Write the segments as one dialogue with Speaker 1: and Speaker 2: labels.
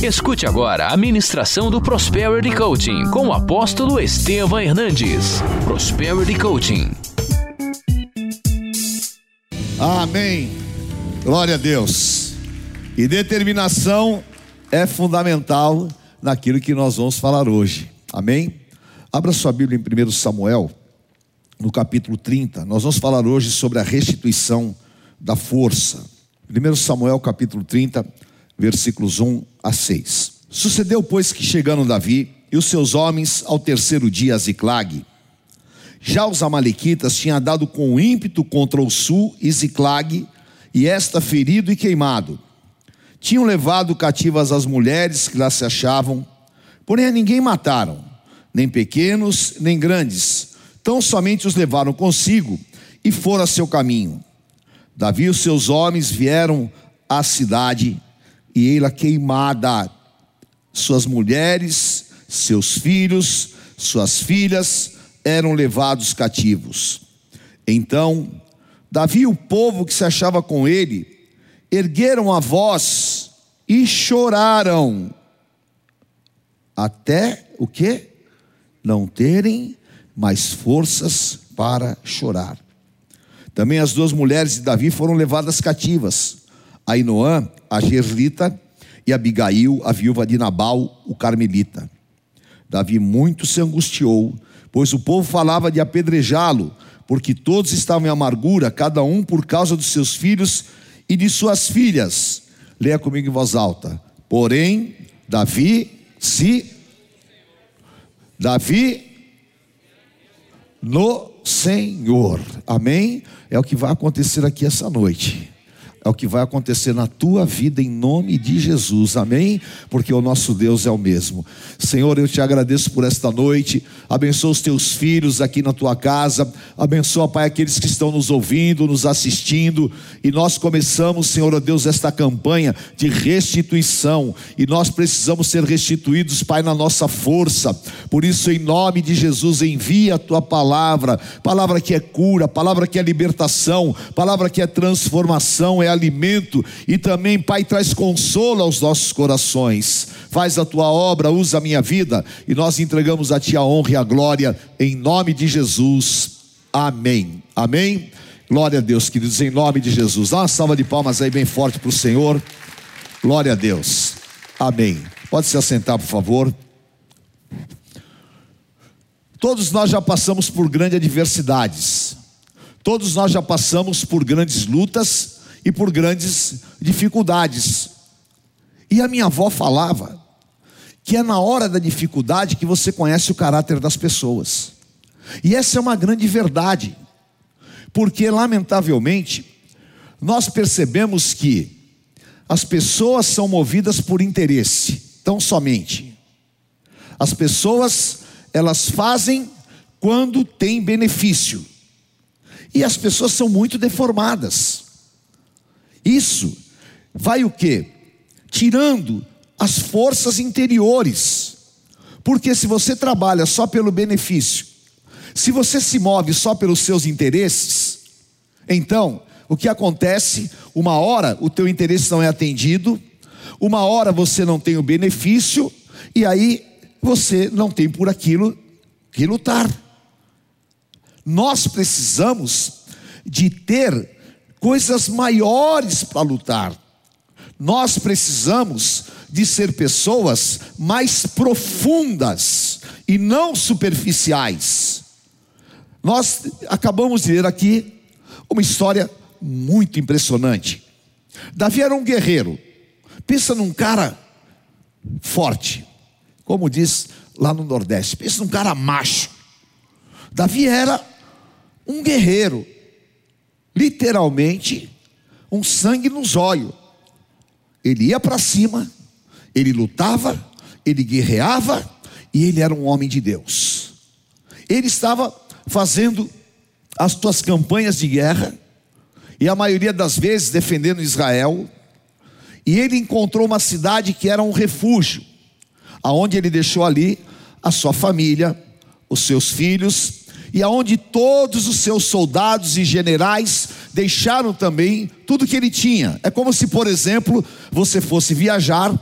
Speaker 1: Escute agora a ministração do Prosperity Coaching com o apóstolo Estevam Hernandes. Prosperity Coaching.
Speaker 2: Amém. Glória a Deus. E determinação é fundamental naquilo que nós vamos falar hoje. Amém? Abra sua Bíblia em 1 Samuel, no capítulo 30. Nós vamos falar hoje sobre a restituição da força. 1 Samuel, capítulo 30, versículos 1 a 6. Sucedeu, pois, que chegando Davi e os seus homens ao terceiro dia a Ziclague, já os amalequitas tinham dado com ímpeto contra o sul e Ziclague, e esta ferido e queimado. Tinham levado cativas as mulheres que lá se achavam, porém a ninguém mataram, nem pequenos, nem grandes, tão somente os levaram consigo e foram a seu caminho. Davi e os seus homens vieram à cidade, e ela queimada, suas mulheres, seus filhos, suas filhas eram levados cativos. Então Davi e o povo que se achava com ele ergueram a voz e choraram, até o quê? Não terem mais forças para chorar. Também as duas mulheres de Davi foram levadas cativas, Ainoã, a Jezreelita, e Abigail, a viúva de Nabal, o carmelita. Davi muito se angustiou, pois o povo falava de apedrejá-lo, porque todos estavam em amargura, cada um por causa dos seus filhos e de suas filhas. Leia comigo em voz alta. Porém, Davi no Senhor. Amém? É o que vai acontecer aqui essa noite. É o que vai acontecer na tua vida em nome de Jesus, amém? Porque o nosso Deus é o mesmo. Senhor, eu te agradeço por esta noite. Abençoa os teus filhos aqui na tua casa. Abençoa, Pai, aqueles que estão nos ouvindo, nos assistindo. E nós começamos, Senhor, ó Deus, esta campanha de restituição. E nós precisamos ser restituídos, Pai, na nossa força. Por isso, em nome de Jesus, envia a tua palavra. Palavra que é cura, palavra que é libertação, palavra que é transformação, é alimento, e também, Pai, traz consolo aos nossos corações. Faz a tua obra, usa a minha vida, e nós entregamos a ti a honra e a glória, em nome de Jesus, amém, amém. Glória a Deus, queridos, em nome de Jesus. Dá uma salva de palmas aí bem forte para o Senhor. Glória a Deus, amém. Pode se assentar, por favor. Todos nós já passamos por grandes adversidades, todos nós já passamos por grandes lutas e por grandes dificuldades. E a minha avó falava que é na hora da dificuldade que você conhece o caráter das pessoas. E essa é uma grande verdade, porque lamentavelmente nós percebemos que as pessoas são movidas por interesse, tão somente. As pessoas, elas fazem quando tem benefício, e as pessoas são muito deformadas. Isso vai o quê? Tirando as forças interiores. Porque se você trabalha só pelo benefício, se você se move só pelos seus interesses, então o que acontece? Uma hora o teu interesse não é atendido, uma hora você não tem o benefício, e aí você não tem por aquilo que lutar. Nós precisamos de ter coisas maiores para lutar. Nós precisamos de ser pessoas mais profundas e não superficiais. Nós acabamos de ler aqui uma história muito impressionante. Davi era um guerreiro. Pensa num cara forte, como diz lá no Nordeste. Pensa num cara macho. Davi era um guerreiro, literalmente um sangue nos olhos. Ele ia para cima, ele lutava, ele guerreava, e ele era um homem de Deus. Ele estava fazendo as suas campanhas de guerra, e a maioria das vezes defendendo Israel. E ele encontrou uma cidade que era um refúgio, aonde ele deixou ali a sua família, os seus filhos, e aonde todos os seus soldados e generais deixaram também tudo que ele tinha. É como se, por exemplo, você fosse viajar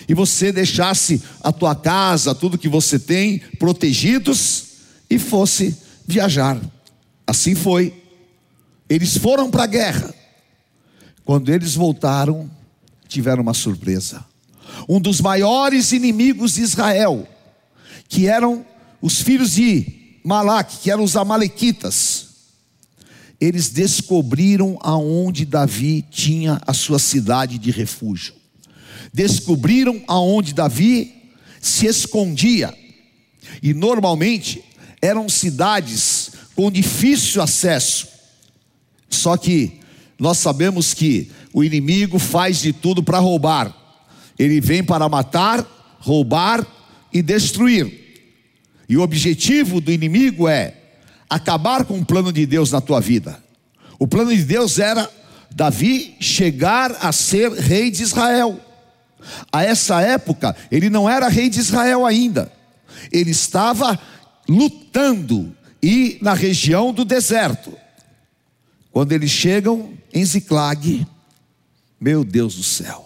Speaker 2: e você deixasse a tua casa, tudo que você tem, protegidos, e fosse viajar. Assim foi. Eles foram para a guerra. Quando eles voltaram, tiveram uma surpresa. Um dos maiores inimigos de Israel, que eram os filhos de Malaque, que eram os amalequitas, eles descobriram aonde Davi tinha a sua cidade de refúgio. Descobriram aonde Davi se escondia. E normalmente eram cidades com difícil acesso. Só que nós sabemos que o inimigo faz de tudo para roubar. Ele vem para matar, roubar e destruir. E o objetivo do inimigo é acabar com o plano de Deus na tua vida. O plano de Deus era Davi chegar a ser rei de Israel. A essa época ele não era rei de Israel ainda. Ele estava lutando e na região do deserto. Quando eles chegam em Ziclag, meu Deus do céu,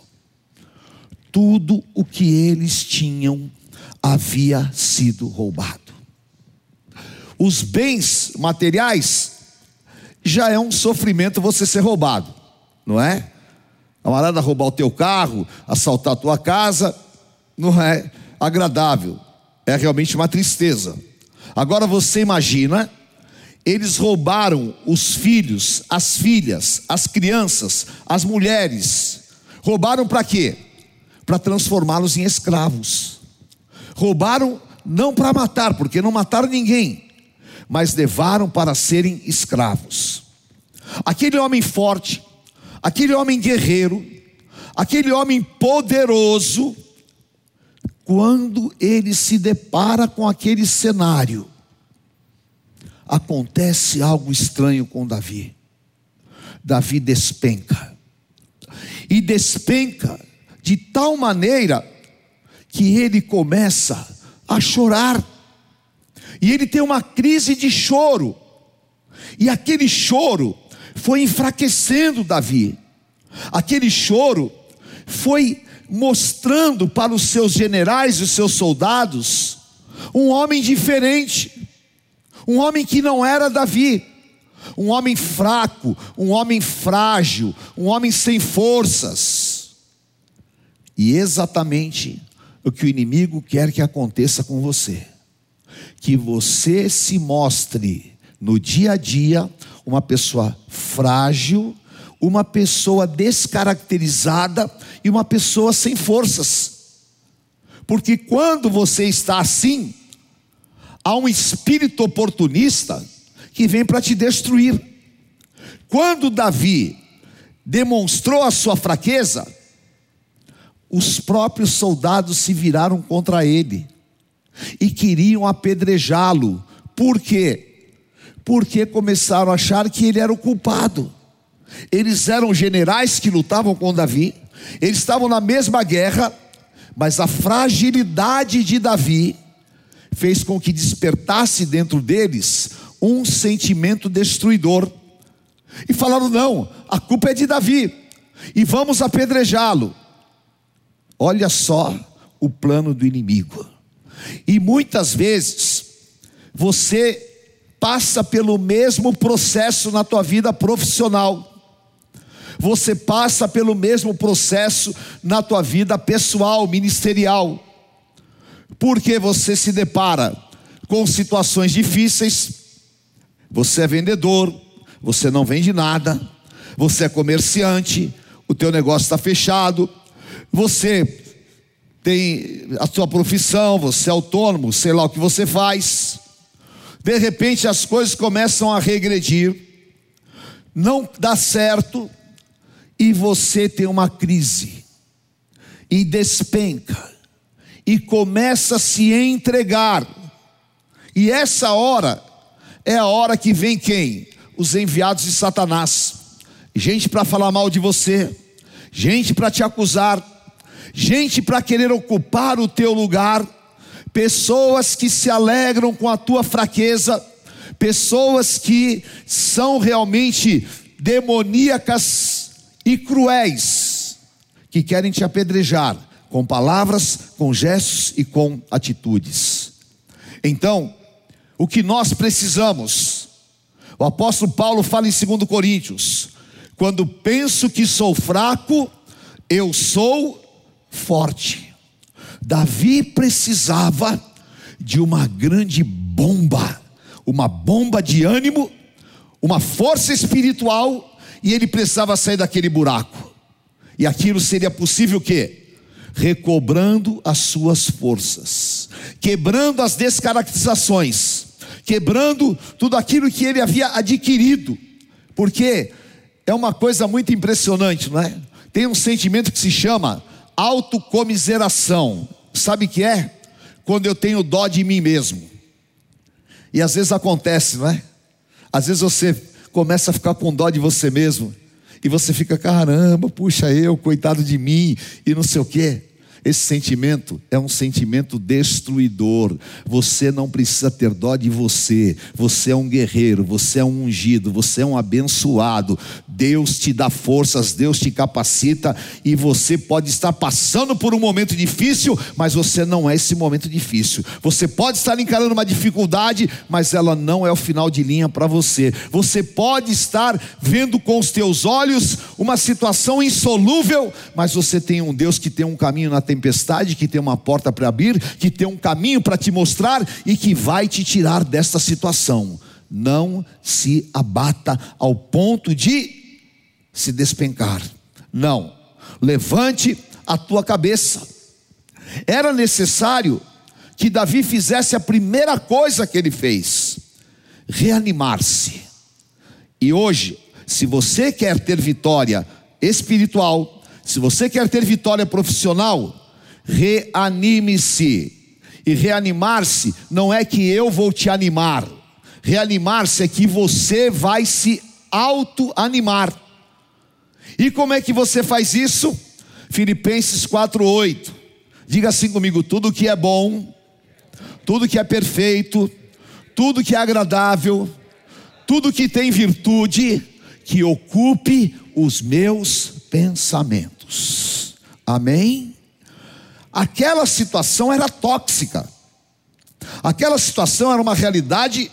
Speaker 2: tudo o que eles tinham havia sido roubado. Os bens materiais já é um sofrimento você ser roubado, não é? A camarada roubar o teu carro, assaltar a tua casa, não é agradável, é realmente uma tristeza. Agora você imagina, eles roubaram os filhos, as filhas, as crianças, as mulheres. Roubaram para quê? Para transformá-los em escravos. Roubaram não para matar, porque não mataram ninguém, mas levaram para serem escravos. Aquele homem forte, aquele homem guerreiro, aquele homem poderoso, quando ele se depara com aquele cenário, acontece algo estranho com Davi. Davi despenca, e despenca de tal maneira que ele começa a chorar, e ele tem uma crise de choro, e aquele choro foi enfraquecendo Davi. Aquele choro foi mostrando para os seus generais e os seus soldados um homem diferente, um homem que não era Davi, um homem fraco, um homem frágil, um homem sem forças. E exatamente o que o inimigo quer que aconteça com você, que você se mostre no dia a dia uma pessoa frágil, uma pessoa descaracterizada e uma pessoa sem forças. Porque quando você está assim, há um espírito oportunista que vem para te destruir. Quando Davi demonstrou a sua fraqueza, os próprios soldados se viraram contra ele e queriam apedrejá-lo. Por quê? Porque começaram a achar que ele era o culpado. Eles eram generais que lutavam com Davi, eles estavam na mesma guerra, mas a fragilidade de Davi fez com que despertasse dentro deles um sentimento destruidor. E falaram: não, a culpa é de Davi, e vamos apedrejá-lo. Olha só o plano do inimigo. E muitas vezes você passa pelo mesmo processo na tua vida profissional. Você passa pelo mesmo processo na tua vida pessoal, ministerial. Porque você se depara com situações difíceis. Você é vendedor, você não vende nada. Você é comerciante, o teu negócio está fechado. Você tem a sua profissão, você é autônomo, sei lá o que você faz. De repente as coisas começam a regredir, não dá certo, e você tem uma crise, e despenca, e começa a se entregar. E essa hora é a hora que vem quem? Os enviados de Satanás. Gente para falar mal de você, gente para te acusar, gente para querer ocupar o teu lugar, pessoas que se alegram com a tua fraqueza, pessoas que são realmente demoníacas e cruéis, que querem te apedrejar, com palavras, com gestos e com atitudes. Então, o que nós precisamos, o apóstolo Paulo fala em 2 Coríntios: quando penso que sou fraco, eu sou forte. Davi precisava de uma grande bomba, uma bomba de ânimo, uma força espiritual, e ele precisava sair daquele buraco. E aquilo seria possível o quê? Recobrando as suas forças, quebrando as descaracterizações, quebrando tudo aquilo que ele havia adquirido. Porque é uma coisa muito impressionante, não é? Tem um sentimento que se chama autocomiseração. Sabe o que é? Quando eu tenho dó de mim mesmo. E às vezes acontece, não é? Às vezes você começa a ficar com dó de você mesmo, e você fica, caramba, puxa eu, coitado de mim, e não sei o quê. Esse sentimento é um sentimento destruidor. Você não precisa ter dó de você. Você é um guerreiro, você é um ungido, você é um abençoado. Deus te dá forças, Deus te capacita, e você pode estar passando por um momento difícil, mas você não é esse momento difícil. Você pode estar encarando uma dificuldade, mas ela não é o final de linha para você. Você pode estar vendo com os teus olhos uma situação insolúvel, mas você tem um Deus que tem um caminho na tempestade, que tem uma porta para abrir, que tem um caminho para te mostrar e que vai te tirar desta situação. Não se abata ao ponto de se despencar. Não, levante a tua cabeça. Era necessário que Davi fizesse a primeira coisa que ele fez: reanimar-se. E hoje, se você quer ter vitória espiritual, se você quer ter vitória profissional, reanime-se. E reanimar-se não é que eu vou te animar. Reanimar-se é que você vai se auto-animar. E como é que você faz isso? Filipenses 4:8. Diga assim comigo: tudo que é bom, tudo que é perfeito, tudo que é agradável, tudo que tem virtude, que ocupe os meus pensamentos. Amém? Aquela situação era tóxica. Aquela situação era uma realidade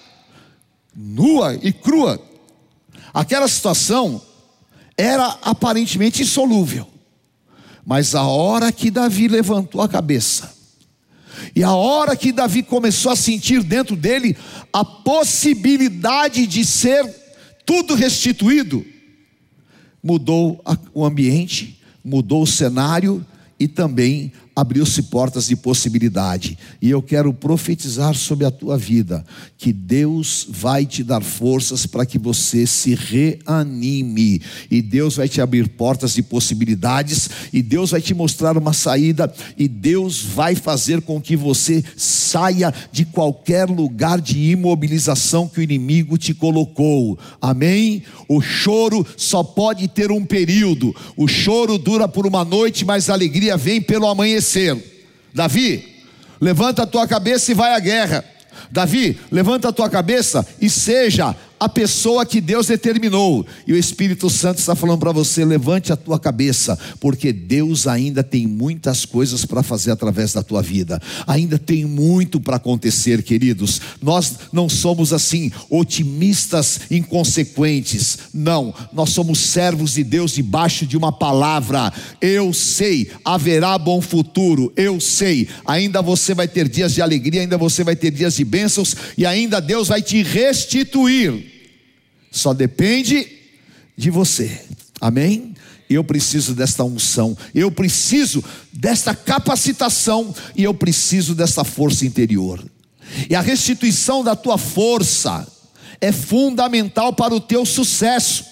Speaker 2: nua e crua. Aquela situação era aparentemente insolúvel. Mas a hora que Davi levantou a cabeça, e a hora que Davi começou a sentir dentro dele a possibilidade de ser tudo restituído, mudou o ambiente, mudou o cenário, e também abriu-se portas de possibilidade. E eu quero profetizar sobre a tua vida, que Deus vai te dar forças para que você se reanime, e Deus vai te abrir portas de possibilidades, e Deus vai te mostrar uma saída, e Deus vai fazer com que você saia de qualquer lugar de imobilização que o inimigo te colocou. Amém? O choro só pode ter um período. O choro dura por uma noite, mas a alegria vem pelo amanhecer. Davi, levanta a tua cabeça e vai à guerra. Davi, levanta a tua cabeça e seja a pessoa que Deus determinou. E o Espírito Santo está falando para você: levante a tua cabeça, porque Deus ainda tem muitas coisas para fazer através da tua vida. Ainda tem muito para acontecer, queridos. Nós não somos assim otimistas inconsequentes. Não, nós somos servos de Deus debaixo de uma palavra. Eu sei, haverá bom futuro. Eu sei, ainda você vai ter dias de alegria, ainda você vai ter dias de bênçãos, e ainda Deus vai te restituir. Só depende de você. Amém? Eu preciso desta unção, eu preciso desta capacitação, e eu preciso dessa força interior. E a restituição da tua força é fundamental para o teu sucesso.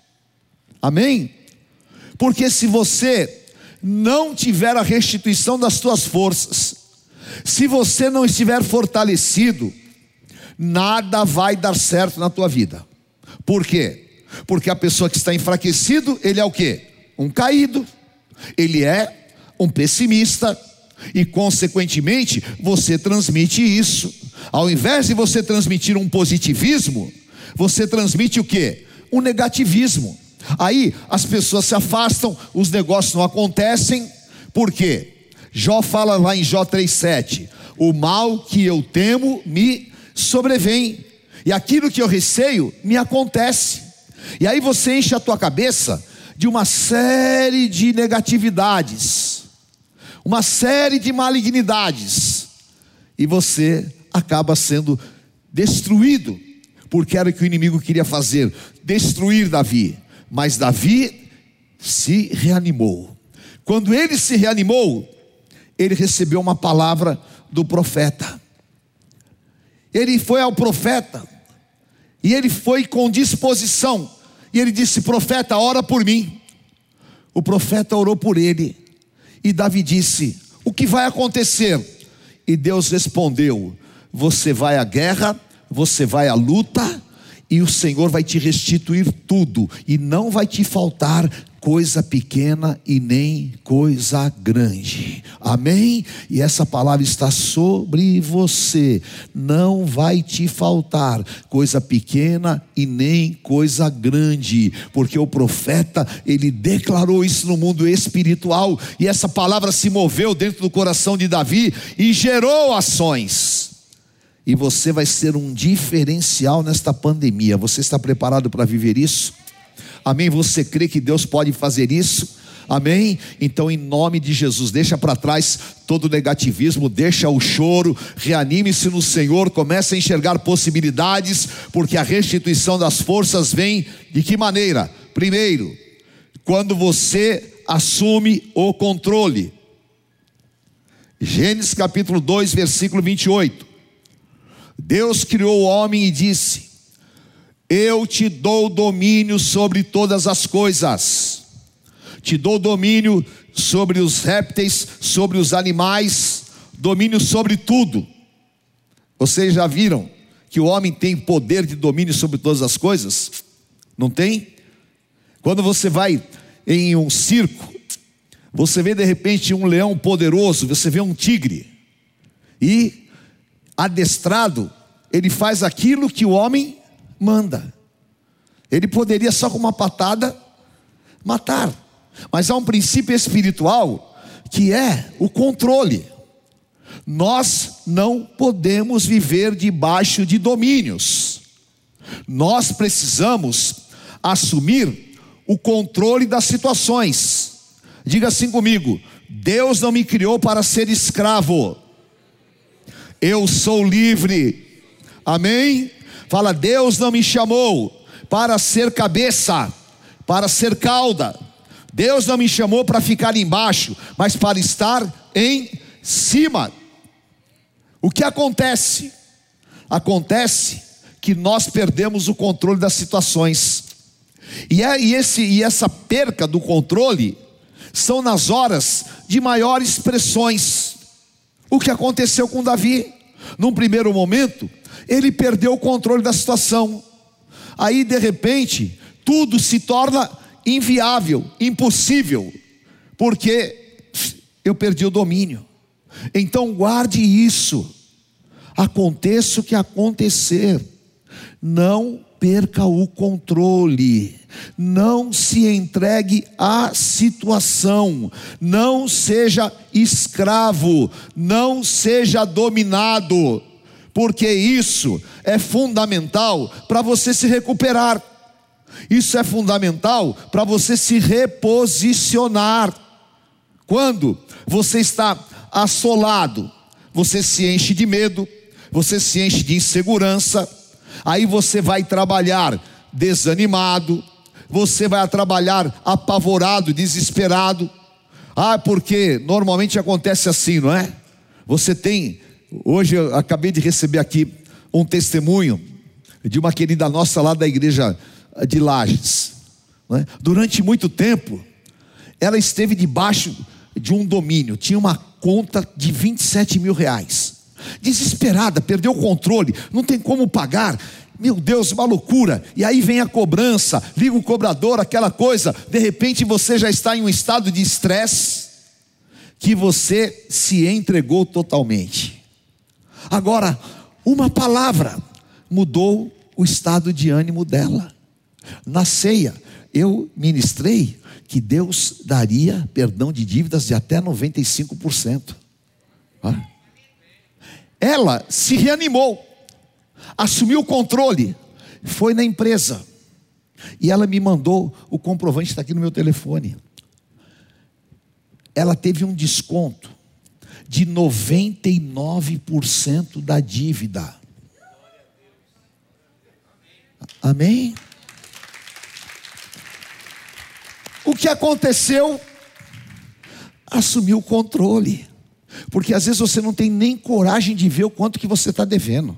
Speaker 2: Amém? Porque se você não tiver a restituição das tuas forças, se você não estiver fortalecido, nada vai dar certo na tua vida. Por quê? Porque a pessoa que está enfraquecido, ele é o quê? Um caído. Ele é um pessimista. E consequentemente, você transmite isso. Ao invés de você transmitir um positivismo, você transmite o quê? Um negativismo. Aí as pessoas se afastam, os negócios não acontecem. Por quê? Jó fala lá em Jó 3,7: o mal que eu temo me sobrevém, e aquilo que eu receio me acontece. E aí você enche a tua cabeça de uma série de negatividades, uma série de malignidades, e você acaba sendo destruído, porque era o que o inimigo queria fazer, destruir Davi. Mas Davi se reanimou. Quando ele se reanimou, ele recebeu uma palavra do profeta. Ele foi ao profeta, e ele foi com disposição, e ele disse: profeta, ora por mim. O profeta orou por ele, e Davi disse: o que vai acontecer? E Deus respondeu: você vai à guerra, você vai à luta, e o Senhor vai te restituir tudo, e não vai te faltar coisa pequena e nem coisa grande. Amém? E essa palavra está sobre você. Não vai te faltar coisa pequena e nem coisa grande, porque o profeta, ele declarou isso no mundo espiritual, e essa palavra se moveu dentro do coração de Davi e gerou ações. E você vai ser um diferencial nesta pandemia. Você está preparado para viver isso? Amém? Você crê que Deus pode fazer isso? Amém? Então, em nome de Jesus, deixa para trás todo o negativismo, deixa o choro, reanime-se no Senhor, comece a enxergar possibilidades, porque a restituição das forças vem de que maneira? Primeiro, quando você assume o controle. Gênesis capítulo 2, versículo 28. Deus criou o homem e disse: eu te dou domínio sobre todas as coisas, te dou domínio sobre os répteis, sobre os animais, domínio sobre tudo. Vocês já viram que o homem tem poder de domínio sobre todas as coisas? Não tem? Quando você vai em um circo, você vê de repente um leão poderoso, você vê um tigre, e adestrado, ele faz aquilo que o homem manda. Ele poderia só com uma patada matar, mas há um princípio espiritual que é o controle. Nós não podemos viver debaixo de domínios. Nós precisamos assumir o controle das situações. Diga assim comigo: Deus não me criou para ser escravo, eu sou livre. Amém? Fala: Deus não me chamou para ser cabeça, para ser cauda. Deus não me chamou para ficar embaixo, mas para estar em cima. O que acontece? Acontece que nós perdemos o controle das situações, e essa perca do controle são nas horas de maiores pressões. O que aconteceu com Davi? Num primeiro momento, ele perdeu o controle da situação. Aí de repente, tudo se torna inviável, impossível, porque eu perdi o domínio. Então guarde isso. Aconteça o que acontecer, não perca o controle. Não se entregue à situação, não seja escravo, não seja dominado, porque isso é fundamental para você se recuperar. Isso é fundamental para você se reposicionar. Quando você está assolado, você se enche de medo, você se enche de insegurança, aí você vai trabalhar desanimado, você vai trabalhar apavorado, desesperado. Porque normalmente acontece assim, não é? Você tem, hoje eu acabei de receber aqui um testemunho de uma querida nossa lá da igreja de Lages, não é? Durante muito tempo ela esteve debaixo de um domínio, tinha uma conta de 27 mil reais, desesperada, perdeu o controle, não tem como pagar. Meu Deus, uma loucura. E aí vem a cobrança, liga o cobrador, aquela coisa. De repente você já está em um estado de estresse, que você se entregou totalmente. Agora, uma palavra mudou o estado de ânimo dela. Na ceia, eu ministrei que Deus daria perdão de dívidas de até 95%. Ela se reanimou, assumiu o controle, foi na empresa, e ela me mandou o comprovante, está aqui no meu telefone. Ela teve um desconto de 99% da dívida. Amém? O que aconteceu? Assumiu o controle. Porque às vezes você não tem nem coragem de ver o quanto que você está devendo.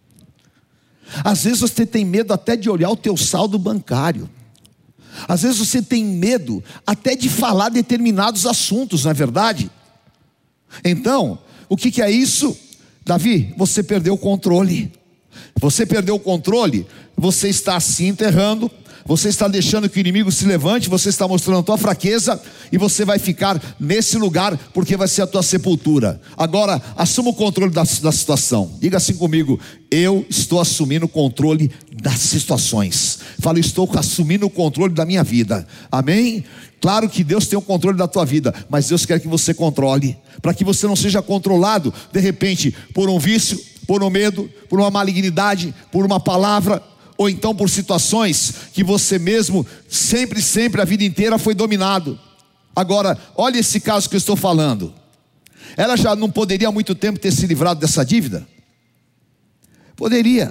Speaker 2: Às vezes você tem medo até de olhar o teu saldo bancário. Às vezes você tem medo até de falar determinados assuntos, não é verdade? Então, o que é isso? Davi, você perdeu o controle. Você perdeu o controle, você está se enterrando, você está deixando que o inimigo se levante, você está mostrando a tua fraqueza, e você vai ficar nesse lugar, porque vai ser a tua sepultura. Agora, assuma o controle da situação. Diga assim comigo: eu estou assumindo o controle das situações. Fala, estou assumindo o controle da minha vida. Amém? Claro que Deus tem o controle da tua vida, mas Deus quer que você controle, para que você não seja controlado, de repente, por um vício, por um medo, por uma malignidade, por uma palavra, ou então por situações que você mesmo sempre a vida inteira foi dominado. Agora, olha esse caso que eu estou falando. Ela já não poderia há muito tempo ter se livrado dessa dívida? Poderia.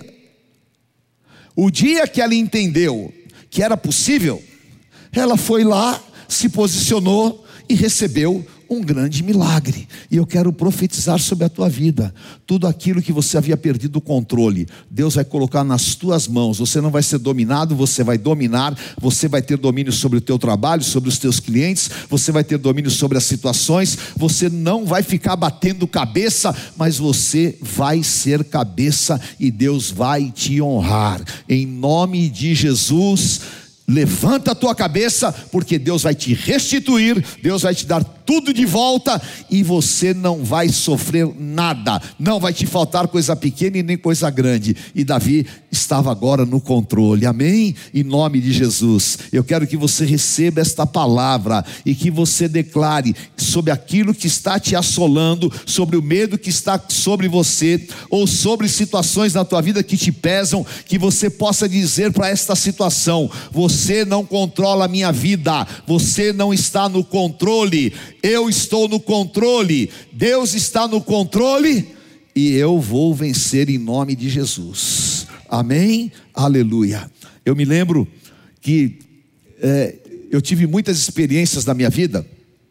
Speaker 2: O dia que ela entendeu que era possível, ela foi lá, se posicionou e recebeu um grande milagre. E eu quero profetizar sobre a tua vida. Tudo aquilo que você havia perdido o controle, Deus vai colocar nas tuas mãos. Você não vai ser dominado, você vai dominar. Você vai ter domínio sobre o teu trabalho, sobre os teus clientes. Você vai ter domínio sobre as situações. Você não vai ficar batendo cabeça, mas você vai ser cabeça, e Deus vai te honrar. Em nome de Jesus, levanta a tua cabeça, porque Deus vai te restituir, Deus vai te dar tudo de volta, e você não vai sofrer nada, não vai te faltar coisa pequena e nem coisa grande. E Davi estava agora no controle. Amém? Em nome de Jesus, eu quero que você receba esta palavra, e que você declare sobre aquilo que está te assolando, sobre o medo que está sobre você, ou sobre situações na tua vida que te pesam, que você possa dizer para esta situação: você não controla a minha vida, você não está no controle, eu estou no controle, Deus está no controle, e eu vou vencer em nome de Jesus. Amém? Aleluia. Eu me lembro que eu tive muitas experiências na minha vida,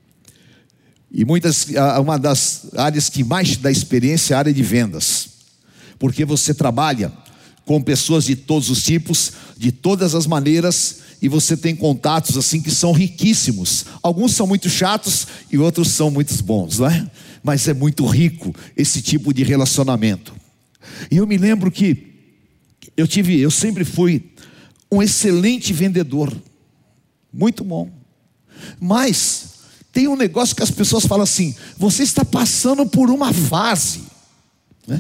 Speaker 2: e uma das áreas que mais te dá experiência é a área de vendas, porque você trabalha com pessoas de todos os tipos, de todas as maneiras, e você tem contatos assim que são riquíssimos. Alguns são muito chatos e outros são muito bons, não é? Mas é muito rico esse tipo de relacionamento. E eu me lembro que eu sempre fui um excelente vendedor, muito bom. Mas tem um negócio que as pessoas falam assim: você está passando por uma fase, né?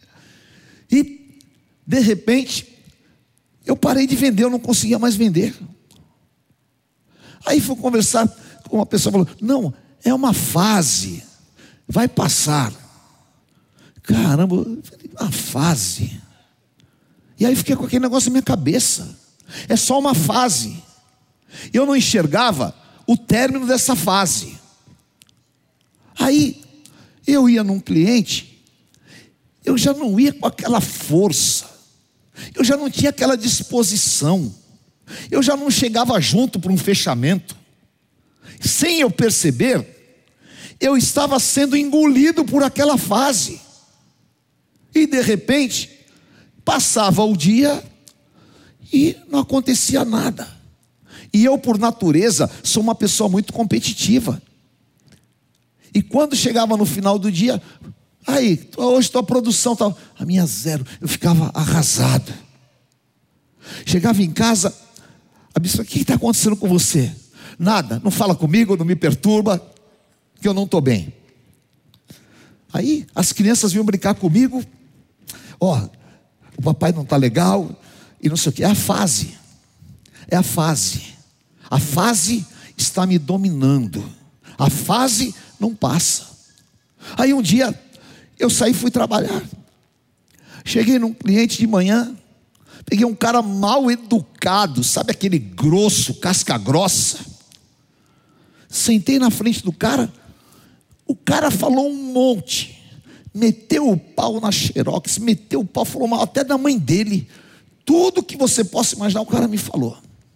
Speaker 2: E de repente eu parei de vender, eu não conseguia mais vender. Aí fui conversar com uma pessoa, falou: não, é uma fase, vai passar. Caramba, uma fase. E aí fiquei com aquele negócio na minha cabeça: é só uma fase. Eu não enxergava o término dessa fase. Aí eu ia num cliente, eu já não ia com aquela força, eu já não tinha aquela disposição, eu já não chegava junto para um fechamento. Sem eu perceber, eu estava sendo engolido por aquela fase. E de repente passava o dia e não acontecia nada. E eu, por natureza, sou uma pessoa muito competitiva. E quando chegava no final do dia: aí, hoje tua produção tá... A minha zero. Eu ficava arrasado. Chegava em casa, a pessoa: o que está acontecendo com você? Nada, não fala comigo, não me perturba, que eu não estou bem. Aí as crianças vinham brincar comigo: ó, o papai não está legal, e não sei o que. É a fase. É a fase. A fase está me dominando. A fase não passa. Aí um dia eu saí e fui trabalhar. Cheguei num cliente de manhã, peguei um cara mal educado, sabe aquele grosso, casca grossa. Sentei na frente do cara, o cara falou um monte, meteu o pau na Xerox, meteu o pau, falou mal até da mãe dele. Tudo que você possa imaginar, o cara me falou.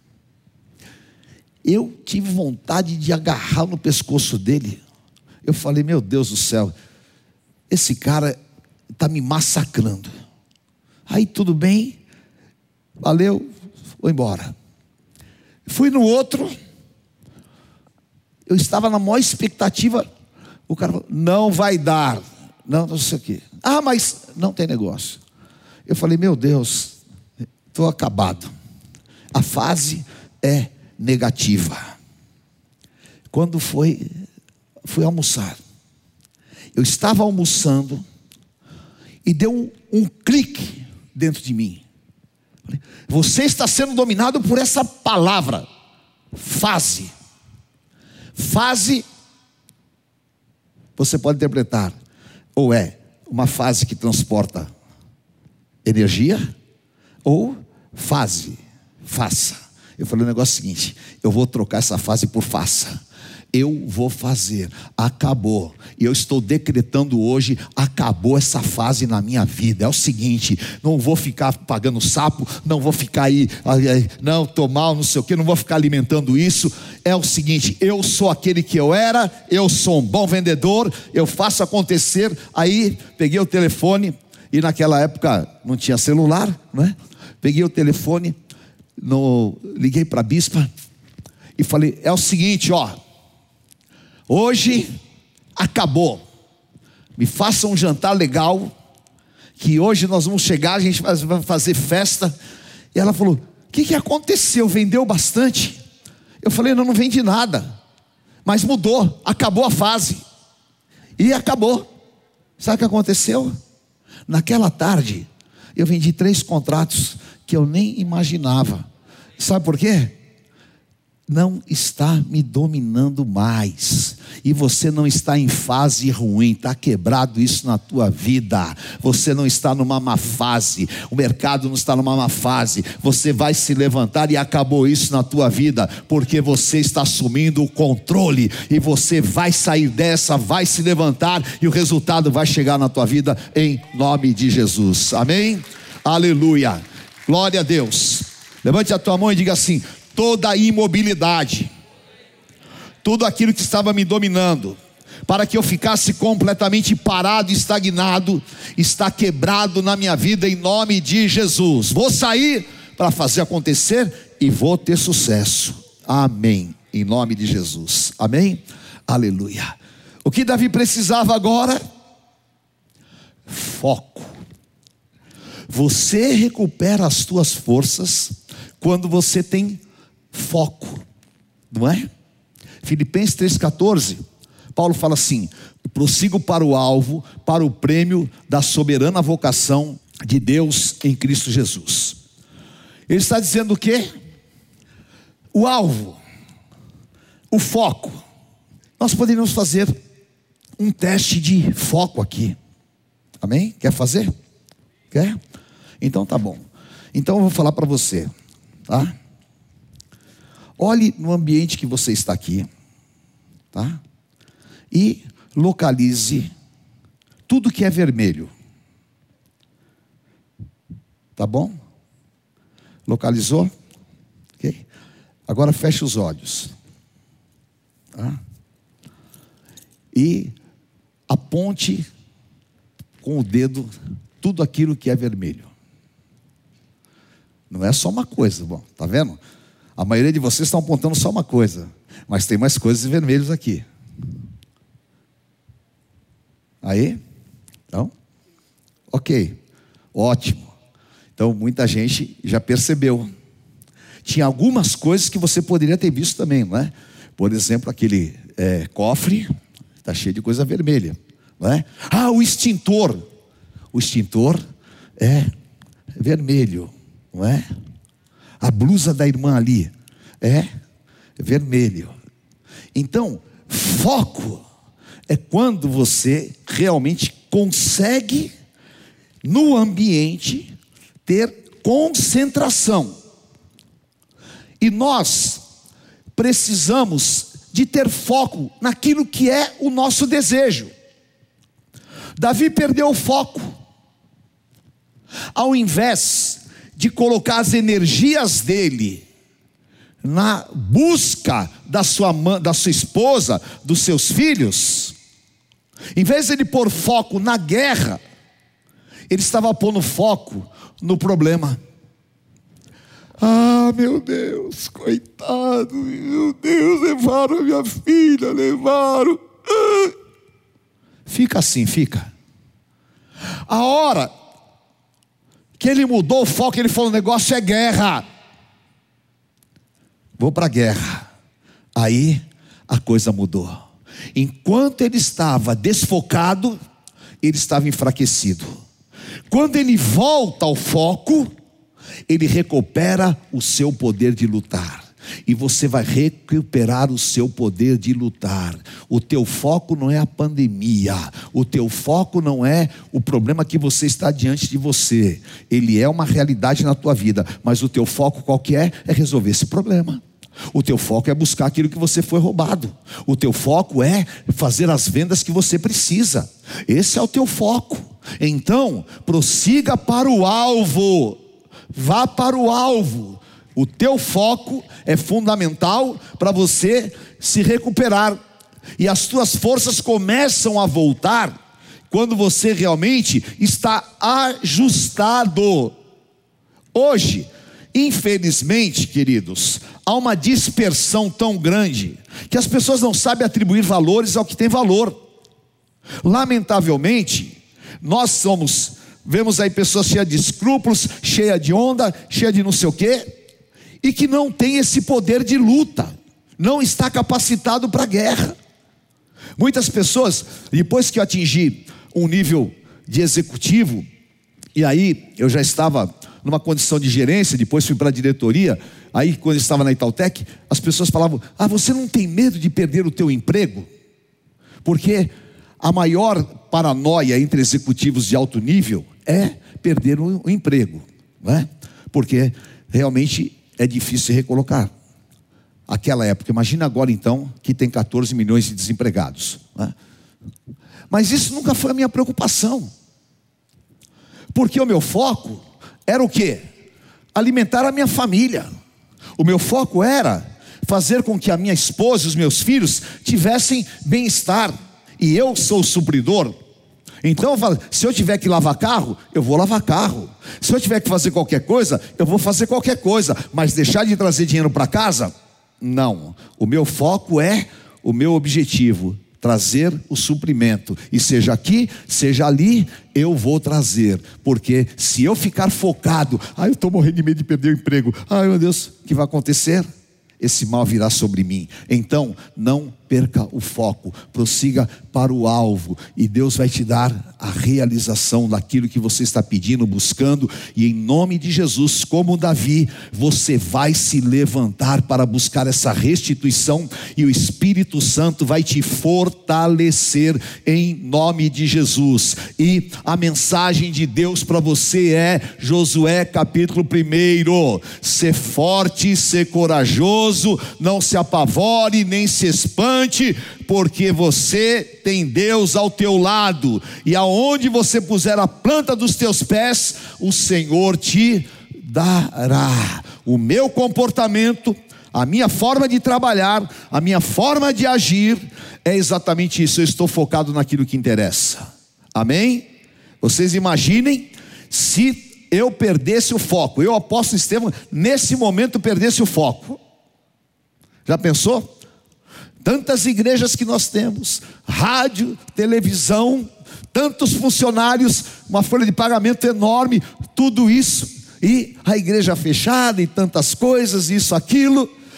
Speaker 2: Eu tive vontade de agarrar no pescoço dele. Eu falei, meu Deus do céu, esse cara está me massacrando. Aí tudo bem, valeu, vou embora. Fui no outro, eu estava na maior expectativa. O cara falou, não vai dar, não sei o quê. Ah, mas não tem negócio. Eu falei, meu Deus, estou acabado. A fase é negativa. Quando fui almoçar, eu estava almoçando e deu um clique dentro de mim. Você está sendo dominado por essa palavra, fase. Fase, você pode interpretar, ou é uma fase que transporta energia, ou fase, faça. Eu falei o negócio seguinte, eu vou trocar essa fase por faça. Eu vou fazer, acabou. E eu estou decretando hoje, acabou essa fase na minha vida. É o seguinte, não vou ficar pagando sapo, não vou ficar aí, não, tô mal, não sei o que, não vou ficar alimentando isso. É o seguinte, eu sou aquele que eu era, eu sou um bom vendedor, eu faço acontecer. Aí peguei o telefone, e naquela época não tinha celular, né? Peguei o telefone, liguei para a bispa e falei, é o seguinte, hoje acabou, me faça um jantar legal, que hoje nós vamos chegar, a gente vai fazer festa. E ela falou, o que aconteceu, vendeu bastante? Eu falei, não vendi nada, mas mudou, acabou a fase. E acabou. Sabe o que aconteceu? Naquela tarde eu vendi 3 contratos que eu nem imaginava. Sabe por quê? Não está me dominando mais. E você não está em fase ruim. Está quebrado isso na tua vida. Você não está numa má fase. O mercado não está numa má fase. Você vai se levantar e acabou isso na tua vida, porque você está assumindo o controle. E você vai sair dessa, vai se levantar, e o resultado vai chegar na tua vida em nome de Jesus. Amém? Aleluia. Glória a Deus. Levante a tua mão e diga assim: toda a imobilidade, tudo aquilo que estava me dominando, para que eu ficasse completamente parado, estagnado, está quebrado na minha vida em nome de Jesus. Vou sair para fazer acontecer e vou ter sucesso. Amém. Em nome de Jesus. Amém. Aleluia. O que Davi precisava agora? Foco. Você recupera as tuas forças quando você tem foco, não é? Filipenses 3,14, Paulo fala assim: prossigo para o alvo, para o prêmio da soberana vocação de Deus em Cristo Jesus. Ele está dizendo o quê? O alvo, o foco. Nós poderíamos fazer um teste de foco aqui. Amém? Quer fazer? Quer? Então tá bom. Então eu vou falar para você, tá? Olhe no ambiente que você está aqui, tá? E localize tudo que é vermelho. Tá bom? Localizou? Ok? Agora feche os olhos, tá? E aponte com o dedo tudo aquilo que é vermelho. Não é só uma coisa, bom, tá vendo? A maioria de vocês estão apontando só uma coisa, mas tem mais coisas vermelhas aqui. Aí? Então? Ok, ótimo. Então muita gente já percebeu. Tinha algumas coisas que você poderia ter visto também, não é? Por exemplo, aquele cofre, está cheio de coisa vermelha, não é? Ah, o extintor. O extintor é vermelho, não é? A blusa da irmã ali é vermelho. Então, foco é quando você realmente consegue, no ambiente, ter concentração. E nós precisamos de ter foco naquilo que é o nosso desejo. Davi perdeu o foco. Ao invés de colocar as energias dele na busca da sua esposa, dos seus filhos, em vez de ele pôr foco na guerra, ele estava pondo foco no problema. Ah, meu Deus, coitado, meu Deus, levaram a minha filha, levaram. Fica assim, fica. A hora que ele mudou o foco, ele falou: o negócio é guerra. Vou para a guerra. Aí a coisa mudou. Enquanto ele estava desfocado, ele estava enfraquecido. Quando ele volta ao foco, ele recupera o seu poder de lutar. E você vai recuperar o seu poder de lutar. O teu foco não é a pandemia. O teu foco não é o problema que você está diante de você. Ele é uma realidade na tua vida. Mas o teu foco qual que é? É resolver esse problema. O teu foco é buscar aquilo que você foi roubado. O teu foco é fazer as vendas que você precisa. Esse é o teu foco. Então, prossiga para o alvo. Vá para o alvo. O teu foco é fundamental para você se recuperar. E as tuas forças começam a voltar quando você realmente está ajustado. Hoje, infelizmente, queridos, há uma dispersão tão grande que as pessoas não sabem atribuir valores ao que tem valor. Lamentavelmente, nós vemos aí pessoas cheias de escrúpulos, cheias de onda, cheias de não sei o quê, e que não tem esse poder de luta, não está capacitado para a guerra. Muitas pessoas, depois que eu atingi um nível de executivo, e aí eu já estava numa condição de gerência, depois fui para a diretoria, aí quando eu estava na Itautec, as pessoas falavam: ah, você não tem medo de perder o teu emprego? Porque a maior paranoia entre executivos de alto nível é perder o emprego, não é? Porque realmente é difícil se recolocar. Aquela época, imagina agora então que tem 14 milhões de desempregados, não é? Mas isso nunca foi a minha preocupação, porque o meu foco era o quê? Alimentar a minha família. O meu foco era fazer com que a minha esposa e os meus filhos tivessem bem-estar. E eu sou o supridor. Então eu falo: se eu tiver que lavar carro, eu vou lavar carro. Se eu tiver que fazer qualquer coisa, eu vou fazer qualquer coisa. Mas deixar de trazer dinheiro para casa? Não. O meu foco é o meu objetivo: trazer o suprimento. E seja aqui, seja ali, eu vou trazer. Porque se eu ficar focado: eu estou morrendo de medo de perder o emprego. Ai meu Deus, o que vai acontecer? Esse mal virá sobre mim. Então não perca o foco, prossiga para o alvo, e Deus vai te dar a realização daquilo que você está pedindo, buscando. E em nome de Jesus, como Davi, você vai se levantar para buscar essa restituição, e o Espírito Santo vai te fortalecer em nome de Jesus. E a mensagem de Deus para você é Josué capítulo 1: ser forte, ser corajoso, não se apavore, nem se espante, porque você tem Deus ao teu lado, e aonde você puser a planta dos teus pés, o Senhor te dará. O meu comportamento, a minha forma de trabalhar, a minha forma de agir é exatamente isso. Eu estou focado naquilo que interessa. Amém? Vocês imaginem se eu perdesse o foco. Eu, apóstolo Estevão, nesse momento perdesse o foco. Já pensou? Tantas igrejas que nós temos, rádio, televisão, tantos funcionários, uma folha de pagamento enorme, tudo isso, e a igreja fechada e tantas coisas, isso, aquilo.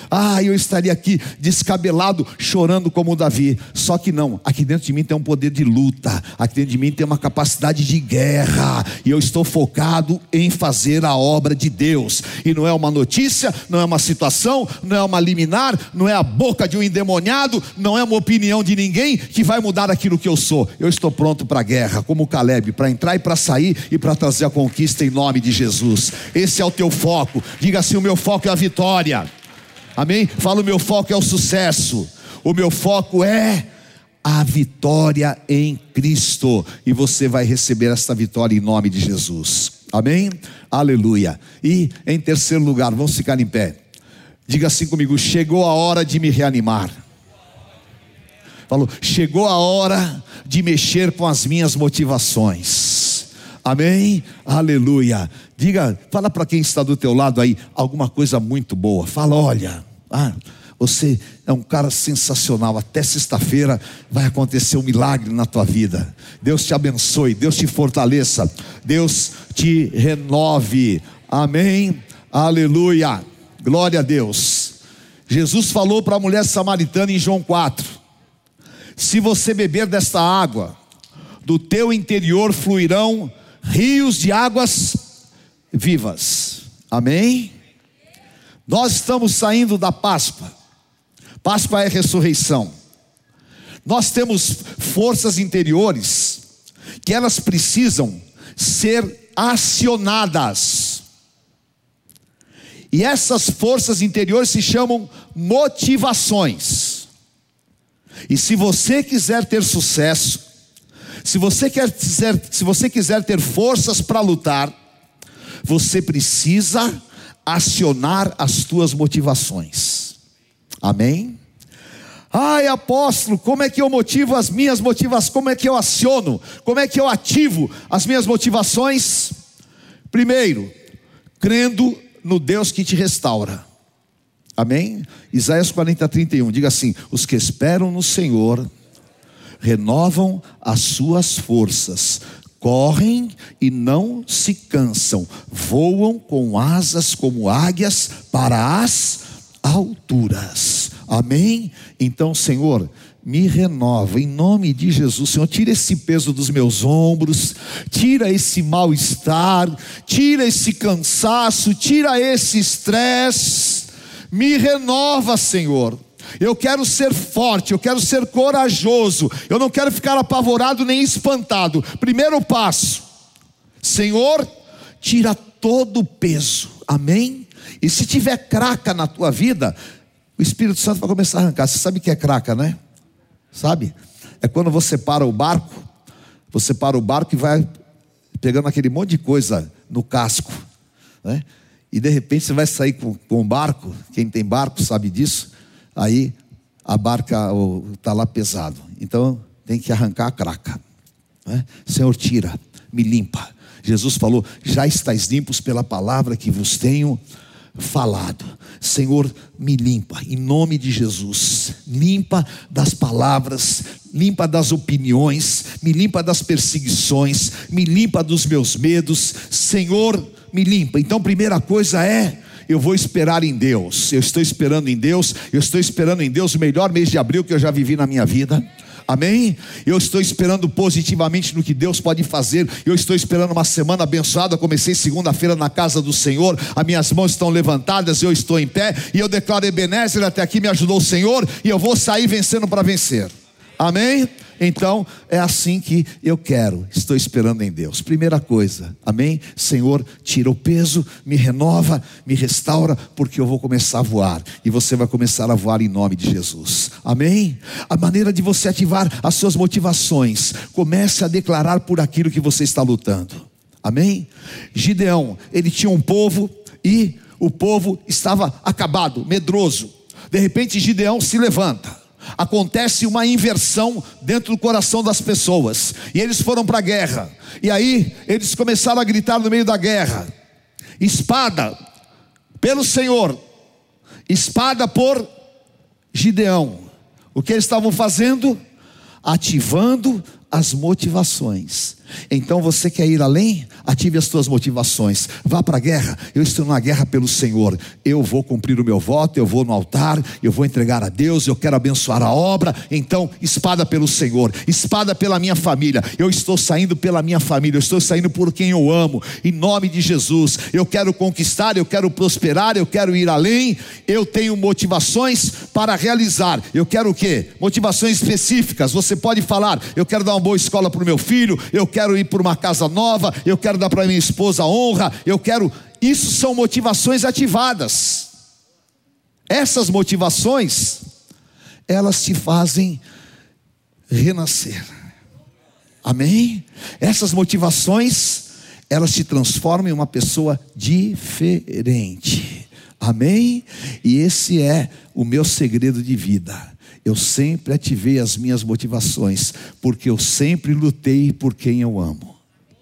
Speaker 2: Eu estaria aqui descabelado, chorando como Davi. Só que não, aqui dentro de mim tem um poder de luta, aqui dentro de mim tem uma capacidade de guerra, e eu estou focado em fazer a obra de Deus. E não é uma notícia, não é uma situação, não é uma liminar, não é a boca de um endemoniado, não é uma opinião de ninguém que vai mudar aquilo que eu sou. Eu estou pronto para a guerra, como Caleb, para entrar e para sair, e para trazer a conquista em nome de Jesus. Esse é o teu foco. Diga assim: o meu foco é a vitória. Amém? Fala: o meu foco é o sucesso. O meu foco é a vitória em Cristo. E você vai receber esta vitória em nome de Jesus. Amém? Aleluia. E em terceiro lugar, vamos ficar em pé. Diga assim comigo: chegou a hora de me reanimar. Falou: chegou a hora de mexer com as minhas motivações. Amém? Aleluia. Diga, fala para quem está do teu lado aí alguma coisa muito boa. Fala: olha, você é um cara sensacional. Até sexta-feira vai acontecer um milagre na tua vida. Deus te abençoe, Deus te fortaleça, Deus te renove. Amém? Aleluia. Glória a Deus. Jesus falou para a mulher samaritana em João 4: se você beber desta água, do teu interior fluirão rios de águas vivas. Amém? Nós estamos saindo da Páscoa. Páscoa é ressurreição. Nós temos forças interiores que elas precisam ser acionadas. E essas forças interiores se chamam motivações. E se você quiser ter sucesso, se você quiser ter forças para lutar, você precisa acionar as tuas motivações. Amém? Apóstolo, como é que eu motivo as minhas motivações? Como é que eu aciono? Como é que eu ativo as minhas motivações? Primeiro, crendo no Deus que te restaura. Amém? Isaías 40:31, diga assim: os que esperam no Senhor renovam as suas forças, correm e não se cansam, voam com asas como águias para as alturas. Amém? Então, Senhor, me renova em nome de Jesus. Senhor, tira esse peso dos meus ombros, tira esse mal-estar, tira esse cansaço, tira esse estresse, me renova, Senhor. Eu quero ser forte, eu quero ser corajoso, eu não quero ficar apavorado nem espantado. Primeiro passo: Senhor, tira todo o peso. Amém? E se tiver craca na tua vida, o Espírito Santo vai começar a arrancar. Você sabe o que é craca, né? Sabe? É quando você para o barco e vai pegando aquele monte de coisa no casco, né? E de repente você vai sair com o barco. Quem tem barco sabe disso. Aí a barca está lá pesado. Então tem que arrancar a craca, né? Senhor, tira, me limpa. Jesus falou: já estáis limpos pela palavra que vos tenho falado. Senhor, me limpa em nome de Jesus. Limpa das palavras, limpa das opiniões, me limpa das perseguições, me limpa dos meus medos. Senhor, me limpa. Então, primeira coisa é: eu vou esperar em Deus. Eu estou esperando em Deus. Eu estou esperando em Deus o melhor mês de abril que eu já vivi na minha vida. Amém? Eu estou esperando positivamente no que Deus pode fazer. Eu estou esperando uma semana abençoada. Eu comecei segunda-feira na casa do Senhor. As minhas mãos estão levantadas, eu estou em pé, e eu declaro: Ebenezer, até aqui me ajudou o Senhor, e eu vou sair vencendo para vencer. Amém? Então é assim que eu quero. Estou esperando em Deus. Primeira coisa, amém? Senhor, tira o peso, me renova, me restaura, porque eu vou começar a voar. E você vai começar a voar em nome de Jesus. Amém? A maneira de você ativar as suas motivações: comece a declarar por aquilo que você está lutando. Amém? Gideão, ele tinha um povo, e o povo estava acabado, medroso. De repente Gideão se levanta. Acontece uma inversão dentro do coração das pessoas, e eles foram para a guerra. E aí eles começaram a gritar no meio da guerra: espada pelo Senhor, espada por Gideão. O que eles estavam fazendo? Ativando as motivações. Então você quer ir além? Ative as suas motivações. Vá para a guerra. Eu estou na guerra pelo Senhor. Eu vou cumprir o meu voto, eu vou no altar, eu vou entregar a Deus, eu quero abençoar a obra. Então, espada pelo Senhor, espada pela minha família. Eu estou saindo pela minha família, eu estou saindo por quem eu amo, em nome de Jesus. Eu quero conquistar, eu quero prosperar, eu quero ir além. Eu tenho motivações para realizar. Eu quero o quê? Motivações específicas. Você pode falar: eu quero dar uma boa escola para o meu filho, eu quero ir por uma casa nova, eu quero dar para minha esposa honra, eu quero... Isso são motivações ativadas. Essas motivações, elas te fazem renascer. Amém? Essas motivações, elas te transformam em uma pessoa diferente. Amém? E esse é o meu segredo de vida. Eu sempre ativei as minhas motivações, porque eu sempre lutei por quem eu amo.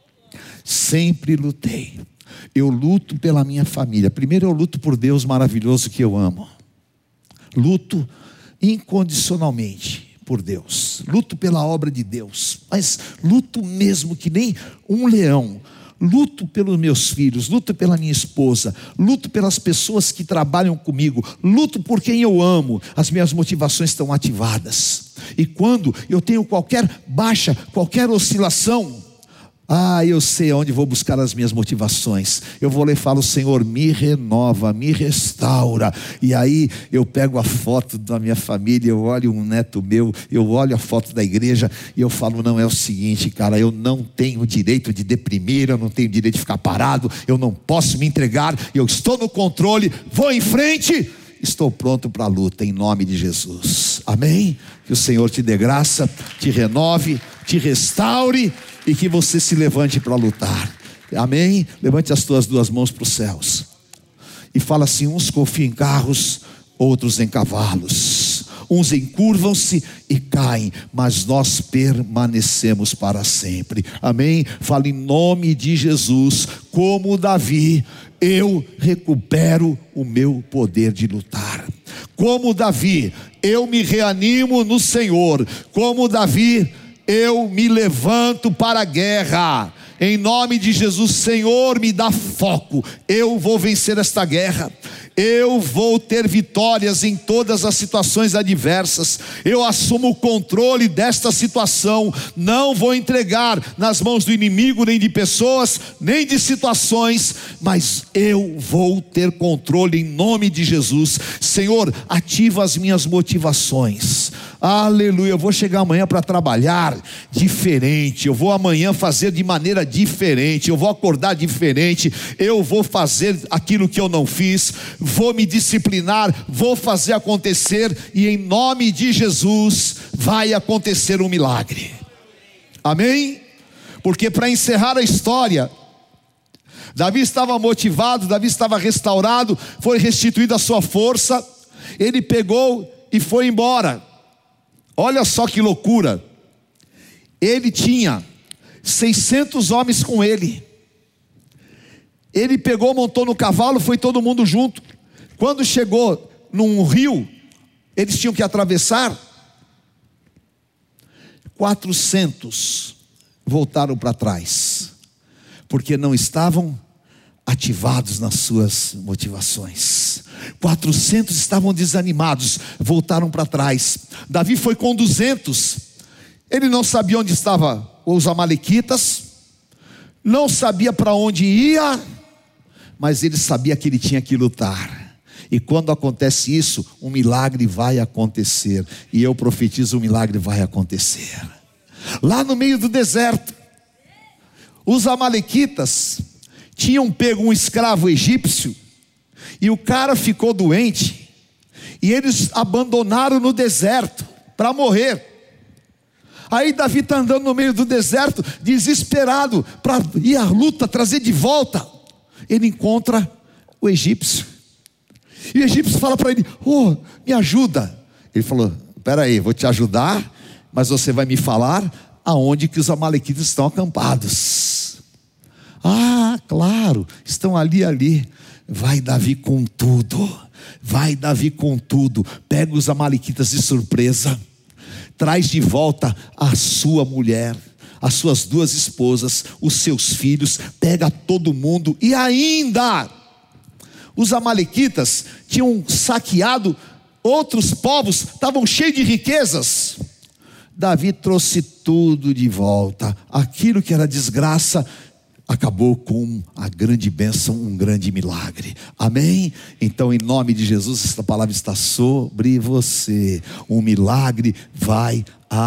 Speaker 2: Sempre lutei. Eu luto pela minha família. Primeiro eu luto por Deus maravilhoso que eu amo. Luto incondicionalmente por Deus. Luto pela obra de Deus. Mas luto mesmo que nem um leão. Luto pelos meus filhos, luto pela minha esposa, luto pelas pessoas que trabalham comigo, luto por quem eu amo. As minhas motivações estão ativadas. E quando eu tenho qualquer baixa, qualquer oscilação, eu sei onde vou buscar as minhas motivações. Eu vou lá e falo: Senhor, me renova, me restaura. E aí eu pego a foto da minha família, eu olho um neto meu, eu olho a foto da igreja e eu falo: não, é o seguinte, cara, eu não tenho direito de deprimir, eu não tenho direito de ficar parado, eu não posso me entregar, eu estou no controle, vou em frente, estou pronto para a luta, em nome de Jesus. Amém? Que o Senhor te dê graça, te renove, te restaure e que você se levante para lutar. Amém? Levante as tuas duas mãos para os céus e fala assim: uns confiam em carros, outros em cavalos, uns encurvam-se e caem, mas nós permanecemos para sempre. Amém? Fala: em nome de Jesus, como Davi, eu recupero o meu poder de lutar. Como Davi, eu me reanimo no Senhor. Como Davi, eu me levanto para a guerra. Em nome de Jesus, Senhor, me dá foco. Eu vou vencer esta guerra. Eu vou ter vitórias em todas as situações adversas. Eu assumo o controle desta situação. Não vou entregar nas mãos do inimigo, nem de pessoas, nem de situações, mas eu vou ter controle em nome de Jesus. Senhor, ativa as minhas motivações. Aleluia. Eu vou chegar amanhã para trabalhar diferente. Eu vou amanhã fazer de maneira diferente. Eu vou acordar diferente. Eu vou fazer aquilo que eu não fiz. Vou me disciplinar. Vou fazer acontecer. E em nome de Jesus vai acontecer um milagre. Amém? Porque para encerrar a história, Davi estava motivado, Davi estava restaurado, foi restituída a sua força. Ele pegou e foi embora. Olha só que loucura. Ele tinha 600 homens com ele. Ele pegou, montou no cavalo, foi todo mundo junto. Quando chegou num rio, eles tinham que atravessar. 400 voltaram para trás, porque não estavam ativados nas suas motivações. 400 estavam desanimados, voltaram para trás. Davi foi com 200. Ele não sabia onde estavam os amalequitas, não sabia para onde ia, mas ele sabia que ele tinha que lutar. E quando acontece isso, um milagre vai acontecer. E eu profetizo: um milagre vai acontecer. Lá no meio do deserto, os amalequitas tinham pego um escravo egípcio, e o cara ficou doente, e eles abandonaram no deserto para morrer. Aí Davi está andando no meio do deserto, desesperado, para ir à luta, trazer de volta. Ele encontra o egípcio, e o egípcio fala para ele: me ajuda. Ele falou: espera aí, vou te ajudar, mas você vai me falar aonde que os amalequitas estão acampados. Claro, estão ali. Vai Davi com tudo. Pega os amalequitas de surpresa, traz de volta a sua mulher, as suas 2 esposas, os seus filhos, pega todo mundo. E ainda, os amalequitas tinham saqueado outros povos, estavam cheios de riquezas. Davi trouxe tudo de volta. Aquilo que era desgraça acabou com a grande bênção, um grande milagre. Amém? Então, em nome de Jesus, esta palavra está sobre você. Um milagre vai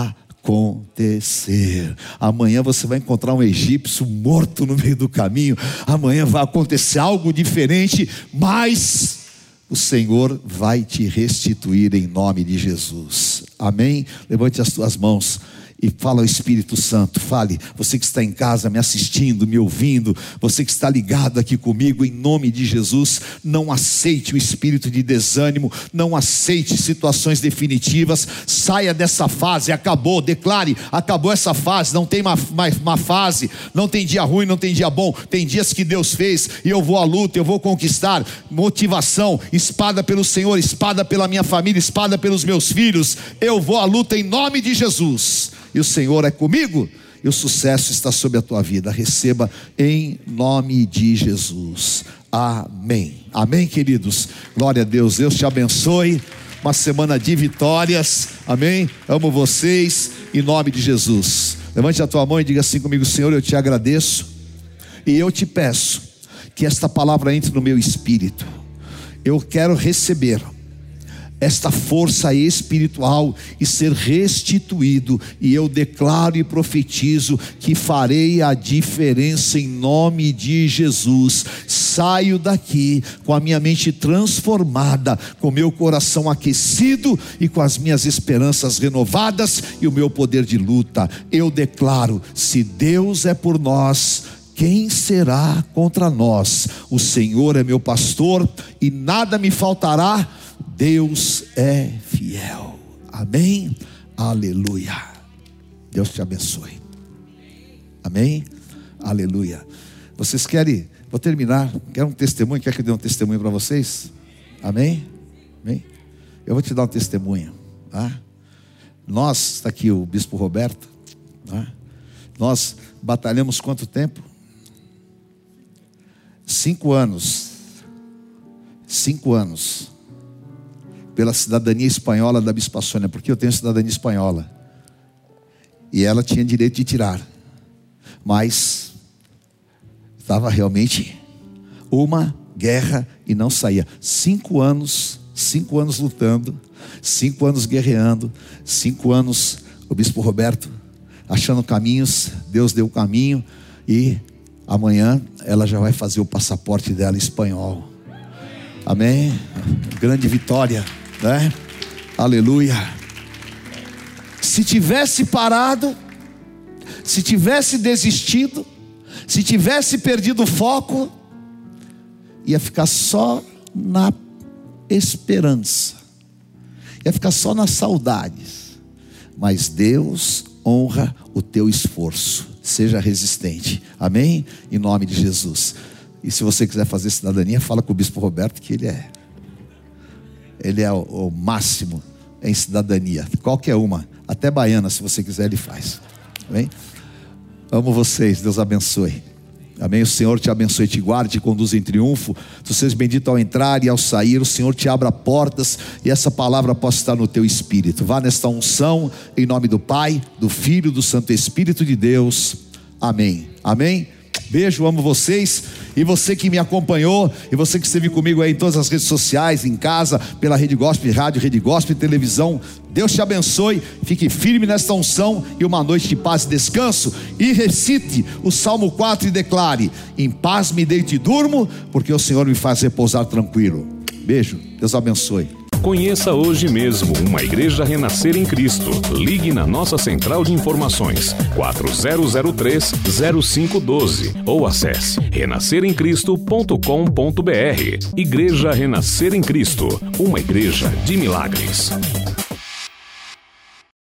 Speaker 2: acontecer. Amanhã você vai encontrar um egípcio morto no meio do caminho. Amanhã vai acontecer algo diferente, mas o Senhor vai te restituir em nome de Jesus. Amém? Levante as tuas mãos e fala ao Espírito Santo. Fale, você que está em casa me assistindo, me ouvindo, você que está ligado aqui comigo, em nome de Jesus, não aceite o espírito de desânimo, não aceite situações definitivas, saia dessa fase, acabou, declare, acabou essa fase, não tem mais uma fase, não tem dia ruim, não tem dia bom, tem dias que Deus fez, e eu vou à luta, eu vou conquistar. Motivação, espada pelo Senhor, espada pela minha família, espada pelos meus filhos, eu vou à luta em nome de Jesus. E o Senhor é comigo, e o sucesso está sobre a tua vida. Receba em nome de Jesus. Amém. Amém, queridos. Glória a Deus. Deus te abençoe. Uma semana de vitórias. Amém. Amo vocês em nome de Jesus. Levante a tua mão e diga assim comigo: Senhor, eu te agradeço e eu te peço que esta palavra entre no meu espírito. Eu quero receber esta força espiritual e ser restituído, e eu declaro e profetizo que farei a diferença em nome de Jesus. Saio daqui com a minha mente transformada, com meu coração aquecido e com as minhas esperanças renovadas e o meu poder de luta. Eu declaro: se Deus é por nós, quem será contra nós? O Senhor é meu pastor e nada me faltará. Deus é fiel. Amém? Aleluia. Deus te abençoe. Amém? Aleluia. Vocês querem? Vou terminar. Quer um testemunho? Quer que eu dê um testemunho para vocês? Amém? Amém? Eu vou te dar um testemunho. Tá? Nós, está aqui o Bispo Roberto. Tá? Nós batalhamos quanto tempo? 5 anos. 5 anos. Pela cidadania espanhola da Bispa Sônia, porque eu tenho cidadania espanhola. E ela tinha direito de tirar. Mas estava realmente uma guerra e não saía. 5 anos lutando, 5 anos guerreando, 5 anos o Bispo Roberto achando caminhos. Deus deu o caminho e amanhã ela já vai fazer o passaporte dela em espanhol. Amém? Grande vitória, né? Aleluia. Se tivesse parado, se tivesse desistido, se tivesse perdido o foco, ia ficar só na esperança, ia ficar só nas saudades. Mas Deus honra o teu esforço. Seja resistente. Amém? Em nome de Jesus. E se você quiser fazer cidadania, fala com o Bispo Roberto, que ele é o máximo em cidadania. Qualquer uma, até baiana, se você quiser, ele faz. Amém? Amo vocês, Deus abençoe. Amém? O Senhor te abençoe, te guarde, te conduz em triunfo. Tu sejas bendito ao entrar e ao sair. O Senhor te abra portas e essa palavra possa estar no teu espírito. Vá nesta unção, em nome do Pai, do Filho, do Santo Espírito de Deus. Amém. Amém? Beijo, amo vocês. E você que me acompanhou, e você que esteve comigo aí em todas as redes sociais, em casa, pela Rede Gospel Rádio, Rede Gospel Televisão, Deus te abençoe, fique firme nesta unção e uma noite de paz e descanso. E recite o Salmo 4 e declare: em paz me deito e durmo, porque o Senhor me faz repousar tranquilo. Beijo, Deus abençoe.
Speaker 1: Conheça hoje mesmo uma igreja Renascer em Cristo. Ligue na nossa central de informações 4003-0512 ou acesse renasceremcristo.com.br. Igreja Renascer em Cristo, uma igreja de milagres.